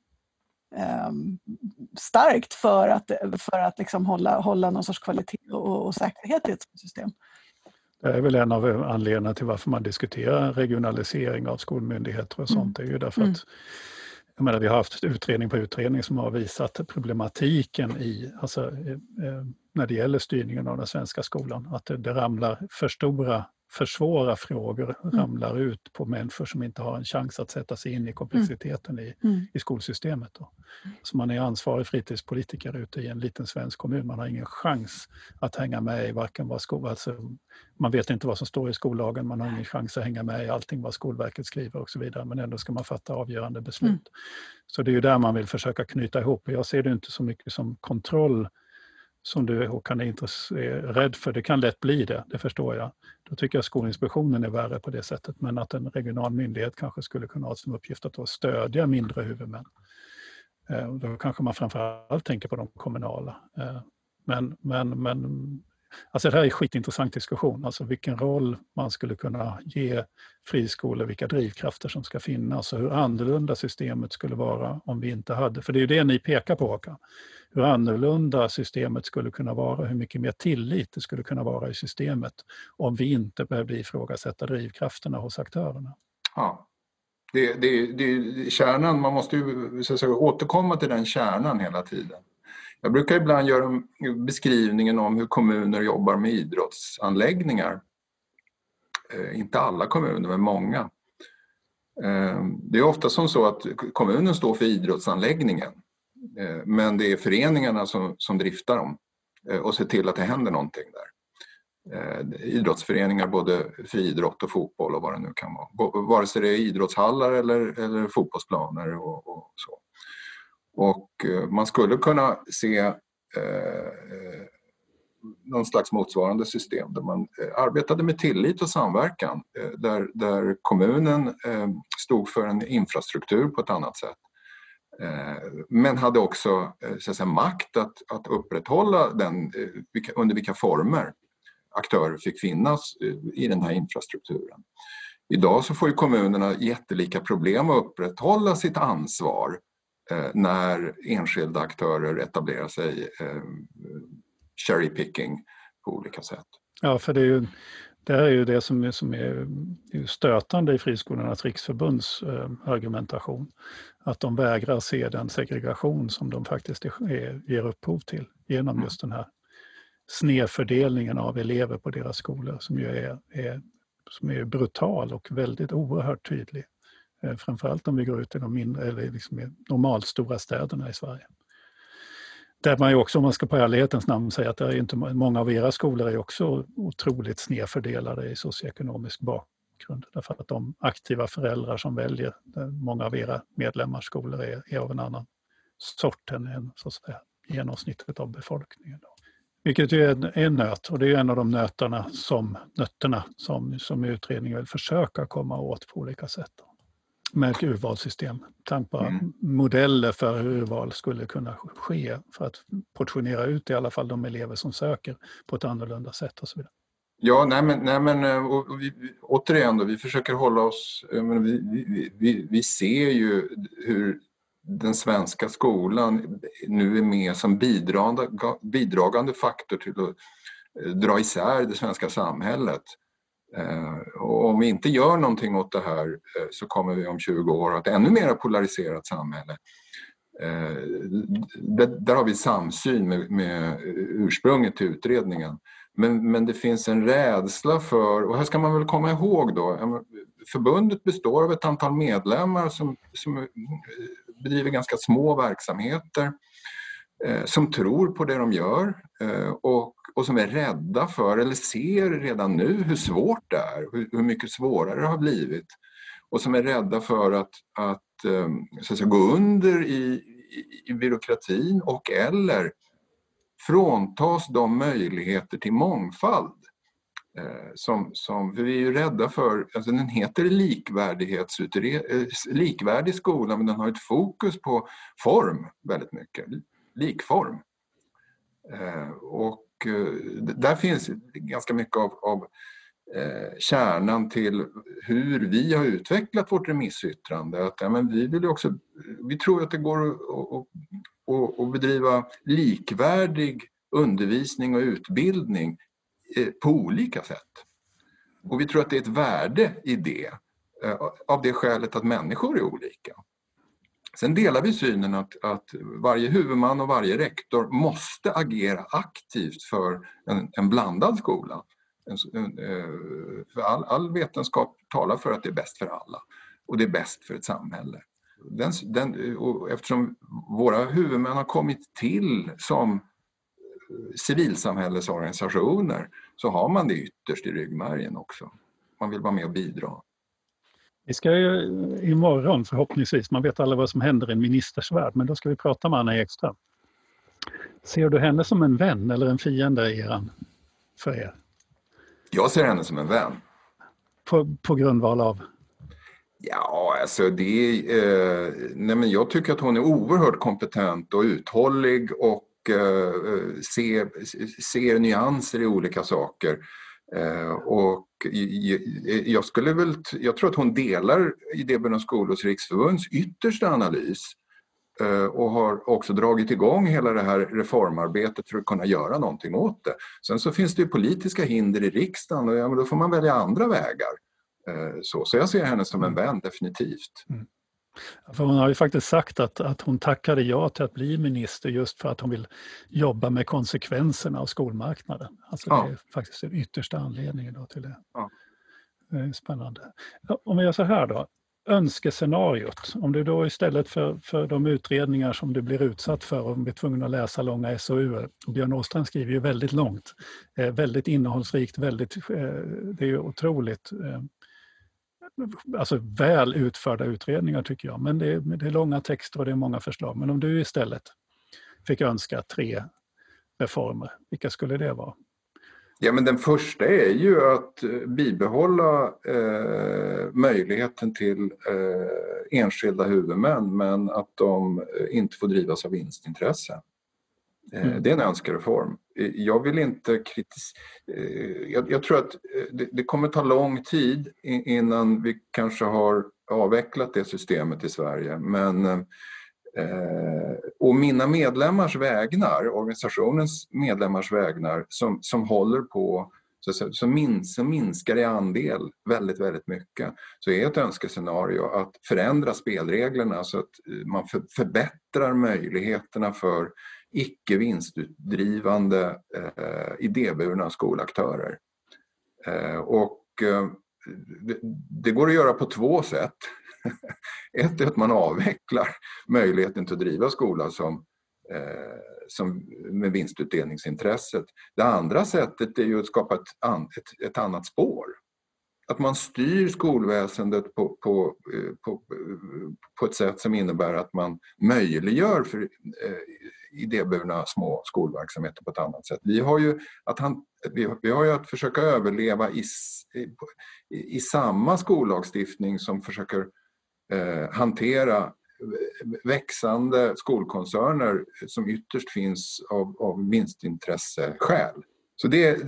Starkt för att liksom hålla någon sorts kvalitet och säkerhet i ett system. Det är väl en av anledningarna till varför man diskuterar regionalisering av skolmyndigheter och sånt. Det är ju därför att vi har haft utredning på utredning som har visat problematiken när det gäller styrningen av den svenska skolan. Att det ramlar för svåra frågor ramlar ut på människor som inte har en chans att sätta sig in i komplexiteten i skolsystemet. Då. Så man är ansvarig fritidspolitiker ute i en liten svensk kommun. Man har ingen chans att hänga med i varken vad man vet inte vad som står i skollagen, man har ingen chans att hänga med i allting vad Skolverket skriver och så vidare. Men ändå ska man fatta avgörande beslut. Så det är ju där man vill försöka knyta ihop. Jag ser det inte så mycket som kontroll som du Håkan är rädd för. Det kan lätt bli det förstår jag. Då tycker jag Skolinspektionen är värre på det sättet. Men att en regional myndighet kanske skulle kunna ha som uppgift att stödja mindre huvudmän. Då kanske man framförallt tänker på de kommunala. Men alltså det här är en skitintressant diskussion. Alltså vilken roll man skulle kunna ge friskolor, vilka drivkrafter som ska finnas och hur annorlunda systemet skulle vara om vi inte hade. För det är ju det ni pekar på, Håkan. Hur annorlunda systemet skulle kunna vara, hur mycket mer tillit det skulle kunna vara i systemet om vi inte behövde ifrågasätta drivkrafterna hos aktörerna. Ja, det är kärnan. Man måste ju så att säga, återkomma till den kärnan hela tiden. Jag brukar ibland göra beskrivningen om hur kommuner jobbar med idrottsanläggningar. Inte alla kommuner, men många. Det är ofta som så att kommunen står för idrottsanläggningen. Men det är föreningarna som driftar dem och ser till att det händer någonting där. Idrottsföreningar, både friidrott och fotboll och vad det nu kan vara. Vare sig det är idrottshallar eller fotbollsplaner och så. Och man skulle kunna se någon slags motsvarande system där man arbetade med tillit och samverkan. Där kommunen stod för en infrastruktur på ett annat sätt. Men hade också så att säga, makt att upprätthålla under vilka former aktörer fick finnas i den här infrastrukturen. Idag så får ju kommunerna jättelika problem att upprätthålla sitt ansvar när enskilda aktörer etablerar sig cherry picking på olika sätt. Ja, för det är ju Det är ju det som är stötande i Friskolornas riksförbunds argumentation. Att de vägrar se den segregation som de faktiskt ger upphov till genom just den här snedfördelningen av elever på deras skolor som ju är brutal och väldigt oerhört tydlig. Framförallt om vi går ut i de mindre eller liksom normalstora städerna i Sverige. Där man ju också, om man ska på ärlighetens namn säga att det är inte, många av era skolor är också otroligt snedfördelade i socioekonomisk bakgrund. Därför att de aktiva föräldrar som väljer många av era medlemmars skolor är av en annan sort än så att säga, genomsnittet av befolkningen. Vilket ju är en nöt, och det är en av de nötterna som utredningen vill försöka komma åt på olika sätt. Med ett urvalssystem. Tänkbara modeller för hur urval skulle kunna ske för att portionera ut i alla fall de elever som söker på ett annorlunda sätt och så vidare. Ja, nej men och återigen då, vi försöker hålla oss, vi ser ju hur den svenska skolan nu är med som bidragande faktor till att dra isär det svenska samhället. Och om vi inte gör någonting åt det här så kommer vi om 20 år att ännu mer polariserat samhälle. Där har vi samsyn med ursprunget till utredningen. Men det finns en rädsla för, och här ska man väl komma ihåg då, förbundet består av ett antal medlemmar som bedriver ganska små verksamheter, som tror på det de gör och som är rädda för eller ser redan nu hur svårt det är, hur mycket svårare det har blivit, och som är rädda för att så att säga, gå under i byråkratin och eller fråntas de möjligheter till mångfald för vi är ju rädda för, alltså den heter likvärdig skola, men den har ett fokus på form väldigt mycket, likform. Och där finns ganska mycket av kärnan till hur vi har utvecklat vårt remissyttrande. Att, ja, men vi tror att det går att bedriva likvärdig undervisning och utbildning på olika sätt. Och vi tror att det är ett värde i det, av det skälet att människor är olika. Sen delar vi synen att varje huvudman och varje rektor måste agera aktivt för en blandad skola. För all vetenskap talar för att det är bäst för alla och det är bäst för ett samhälle. Och eftersom våra huvudmän har kommit till som civilsamhällesorganisationer så har man det ytterst i ryggmärgen också. Man vill vara med och bidra. Vi ska ju imorgon förhoppningsvis, man vet alla vad som händer i en ministersvärld, men då ska vi prata med Anna Ekström. Ser du henne som en vän eller en fiende för er? Jag ser henne som en vän. På grundval av? Ja, alltså men jag tycker att hon är oerhört kompetent och uthållig och ser nyanser i olika saker. Och jag tror att hon delar Idéburna skolors riksförbunds yttersta analys och har också dragit igång hela det här reformarbetet för att kunna göra någonting åt det. Sen så finns det ju politiska hinder i riksdagen och då får man välja andra vägar. Så jag ser henne som en vän, definitivt. Mm. För hon har ju faktiskt sagt att hon tackade ja till att bli minister just för att hon vill jobba med konsekvenserna av skolmarknaden. Alltså det är faktiskt den yttersta anledningen då till det. Ja. Det är spännande. Om vi gör så här då. Önskescenariot. Om du då istället för de utredningar som du blir utsatt för och blir tvungen att läsa långa SOU. Björn Åstrand skriver ju väldigt långt. Väldigt innehållsrikt. Det är ju otroligt... Alltså väl utförda utredningar tycker jag. Men det är långa texter och det är många förslag. Men om du istället fick önska 3 reformer, vilka skulle det vara? Ja, men den första är ju att bibehålla möjligheten till enskilda huvudmän, men att de inte får drivas av vinstintresse. Det är en önskereform. Jag vill inte jag tror att det kommer ta lång tid innan vi kanske har avvecklat det systemet i Sverige. Men och mina medlemmars vägnar, organisationens medlemmars vägnar som håller på så minskar i andel väldigt, väldigt mycket. Så är ett önskescenario att förändra spelreglerna så att man förbättrar möjligheterna för icke vinstutdrivande idéburna skolaktörer. Och det går att göra på 2 sätt. Ett är att man avvecklar möjligheten till att driva skola som med vinstutdelningsintresset. Det andra sättet är ju att skapa ett annat spår. Att man styr skolväsendet på ett sätt som innebär att man möjliggör för idéburna små skolverksamheter på ett annat sätt. Vi har ju att försöka överleva i samma skollagstiftning som försöker hantera växande skolkoncerner som ytterst finns av vinstintresseskäl. Så det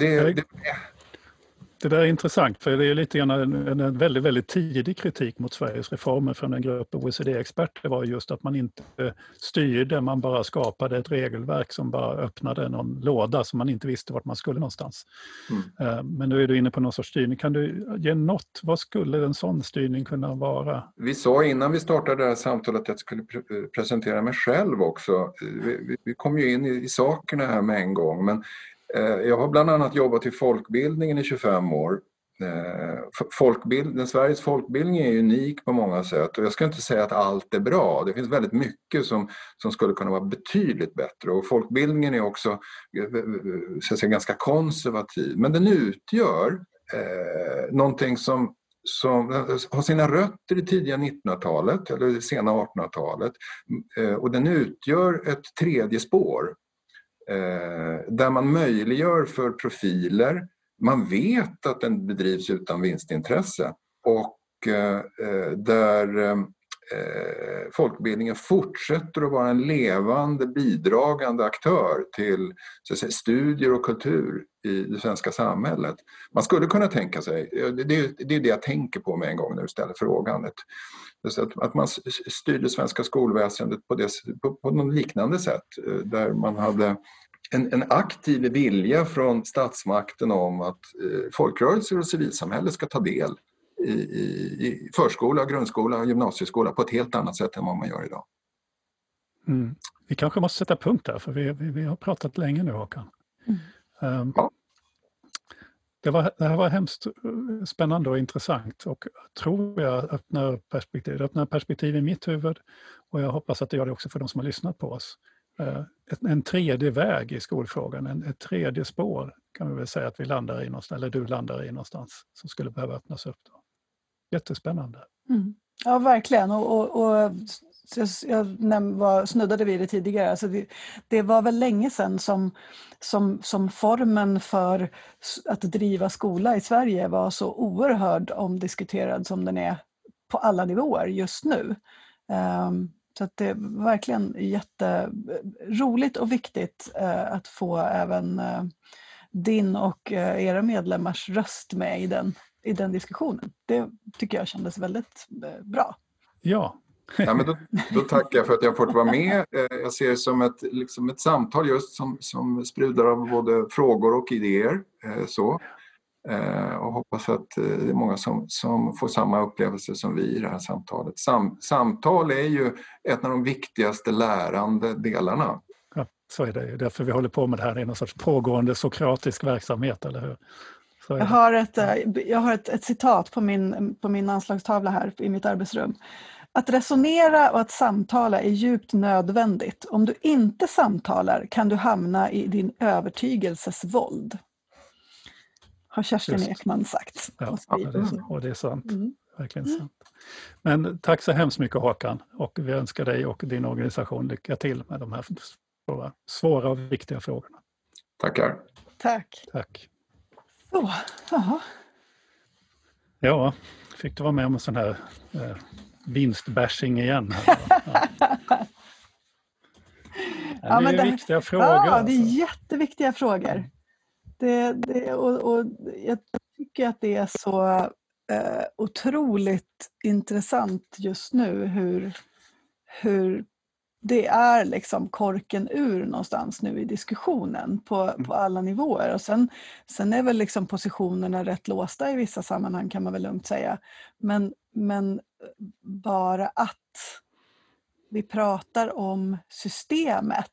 där är intressant, för det är lite grann en väldigt, väldigt tidig kritik mot Sveriges reformer från en grupp OECD-experter var just att man inte styrde, man bara skapade ett regelverk som bara öppnade någon låda som man inte visste vart man skulle någonstans. Men nu är du inne på någon sorts styrning. Kan du ge något? Vad skulle en sån styrning kunna vara? Vi sa innan vi startade det här samtalet att jag skulle presentera mig själv också. Vi kom ju in i sakerna här med en gång, men jag har bland annat jobbat i folkbildningen i 25 år. Sveriges folkbildning är unik på många sätt och jag ska inte säga att allt är bra. Det finns väldigt mycket som skulle kunna vara betydligt bättre och folkbildningen är också så att säga, ganska konservativ. Men den utgör någonting som har sina rötter i tidiga 1900-talet eller sena 1800-talet och den utgör ett tredje spår. Där man möjliggör för profiler, man vet att den bedrivs utan vinstintresse och där folkbildningen fortsätter att vara en levande bidragande aktör till så att säga, studier och kultur i det svenska samhället. Man skulle kunna tänka sig, det är det jag tänker på med en gång när du ställer frågan, att man styrde svenska skolväsendet på något liknande sätt där man hade en aktiv vilja från statsmakten om att folkrörelser och civilsamhälle ska ta del i förskola, grundskola och gymnasieskola på ett helt annat sätt än vad man gör idag. Vi kanske måste sätta punkt där, för vi har pratat länge nu, Håkan. Ja. Det här var hemskt spännande och intressant och tror jag öppnar perspektiv i mitt huvud och jag hoppas att det gör det också för de som har lyssnat på oss. En tredje väg i skolfrågan, ett tredje spår kan vi väl säga att vi landar i någonstans, eller du landar i någonstans som skulle behöva öppnas upp då. Jättespännande. Ja, verkligen. Och jag snuddade vid det tidigare. Alltså det var väl länge sedan som formen för att driva skola i Sverige var så oerhört omdiskuterad som den är på alla nivåer just nu. Så att det är verkligen jätteroligt och viktigt att få även din och era medlemmars röst med i den diskussionen. Det tycker jag kändes väldigt bra. Ja. Ja, men då tackar jag för att jag fått vara med. Jag ser det som ett samtal just som sprudlar av både frågor och idéer. Och hoppas att det är många som får samma upplevelse som vi i det här samtalet. Samtal är ju ett av de viktigaste lärande delarna. Ja, så är det ju. Därför vi håller på med det här. Det är någon sorts pågående sokratisk verksamhet, eller hur? Jag har ett citat på min anslagstavla här i mitt arbetsrum. Att resonera och att samtala är djupt nödvändigt. Om du inte samtalar kan du hamna i din övertygelses våld. Har Kerstin Ekman sagt. Ja, och det är sant. Verkligen sant. Men tack så hemskt mycket, Håkan. Och vi önskar dig och din organisation lycka till med de här svåra och viktiga frågorna. Tackar. Tack. Så, jaha. Ja, fick du vara med om en sån här vinstbashing igen? Ja, men det är viktiga frågor. Ja, det är jätteviktiga frågor. Och jag tycker att det är så otroligt intressant just nu hur det är liksom korken ur någonstans nu i diskussionen på alla nivåer. Och sen är väl liksom positionerna rätt låsta i vissa sammanhang, kan man väl lugnt säga. Men bara att vi pratar om systemet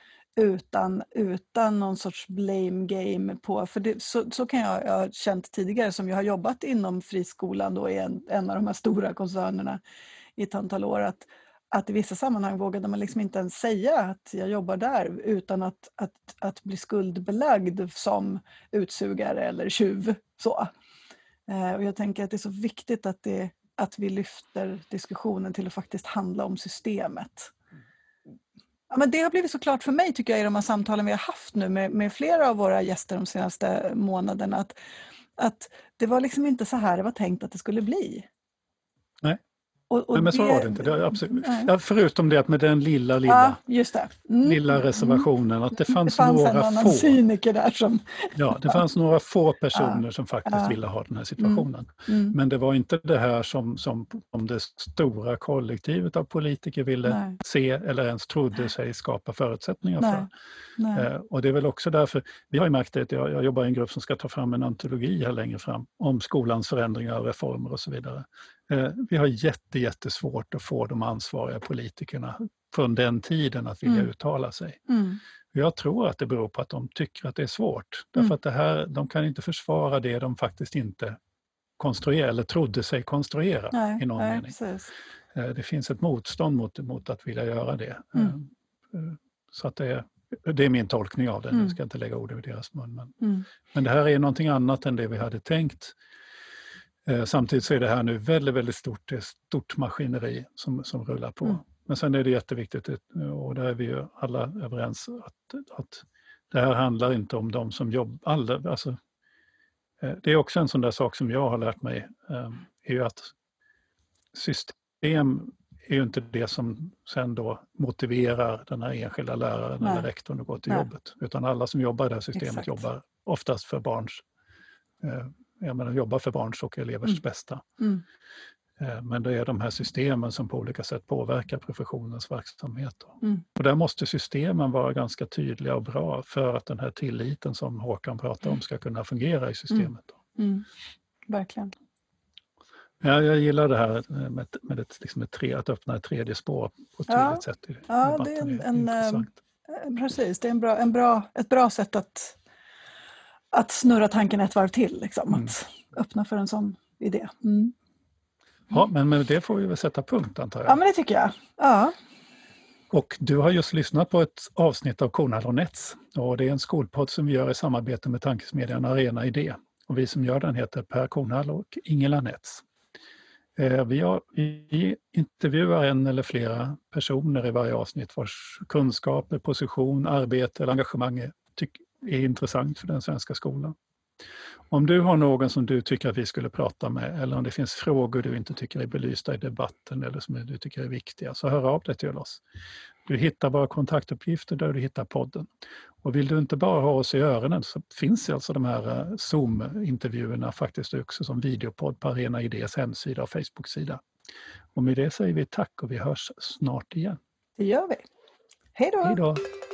utan någon sorts blame game på, för det, så kan jag ha känt tidigare, som jag har jobbat inom friskolan då i en av de här stora koncernerna i ett antal år, att i vissa sammanhang vågade man liksom inte ens säga att jag jobbar där utan att bli skuldbelagd som utsugare eller tjuv. Så. Och jag tänker att det är så viktigt att vi lyfter diskussionen till att faktiskt handla om systemet. Ja, men det har blivit så klart för mig, tycker jag, i de här samtalen vi har haft nu med flera av våra gäster de senaste månaderna, att det var liksom inte så här det var tänkt att det skulle bli. Nej. Men så var det inte. Det är absolut. Ja, förutom det att med den lilla just det. Lilla reservationen, att det fanns några en få cyniker där som... Ja, det fanns några få personer som faktiskt ville ha den här situationen. Men det var inte det här som det stora kollektivet av politiker ville se eller ens trodde sig skapa förutsättningar för. Och det är väl också därför, vi har ju märkt att jag jobbar i en grupp som ska ta fram en antologi här längre fram om skolans förändringar och reformer och så vidare. Vi har jättesvårt att få de ansvariga politikerna från den tiden att vilja uttala sig. Jag tror att det beror på att de tycker att det är svårt. Därför att de kan inte försvara det de faktiskt inte konstruerar eller trodde sig konstruera i någon mening. Precis. Det finns ett motstånd mot att vilja göra det. Så att det är min tolkning av det. Nu ska jag inte lägga ord i deras mun. Men det här är någonting annat än det vi hade tänkt. Samtidigt så är det här nu väldigt stort maskineri som rullar på. Men sen är det jätteviktigt, och där är vi ju alla överens, att det här handlar inte om de som jobbar. Alltså, det är också en sån där sak som jag har lärt mig, är ju att system är ju inte det som sen då motiverar den här enskilda läraren eller rektorn att gå till jobbet. Utan alla som jobbar i det här systemet jobbar oftast för jobbar för barns och elevers bästa. Men det är de här systemen som på olika sätt påverkar professionens verksamhet. Och där måste systemen vara ganska tydliga och bra för att den här tilliten som Håkan pratar om ska kunna fungera i systemet. Verkligen. Ja, jag gillar det här med att öppna ett tredje spår på ett tydligt sätt i debatten. Det är precis, det är ett bra sätt att snurra tanken ett varv till. Liksom, att öppna för en sån idé. Ja, men med det får vi väl sätta punkt, antar jag. Ja, men det tycker jag. Ja. Och du har just lyssnat på ett avsnitt av Kornhall och Nets. Och det är en skolpodd som vi gör i samarbete med tankesmedjan Arena Idé. Och vi som gör den heter Per Kornhall och Ingela Nets. Vi intervjuar en eller flera personer i varje avsnitt vars kunskaper, position, arbete eller engagemang är intressant för den svenska skolan. Om du har någon som du tycker att vi skulle prata med, eller om det finns frågor du inte tycker är belysta i debatten eller som du tycker är viktiga, så hör av dig till oss. Du hittar våra kontaktuppgifter där du hittar podden. Och vill du inte bara ha oss i öronen, så finns alltså de här Zoom-intervjuerna faktiskt också som videopodd på Arena Idés hemsida och Facebook-sida. Och med det säger vi tack och vi hörs snart igen. Det gör vi. Hej då! Hej då!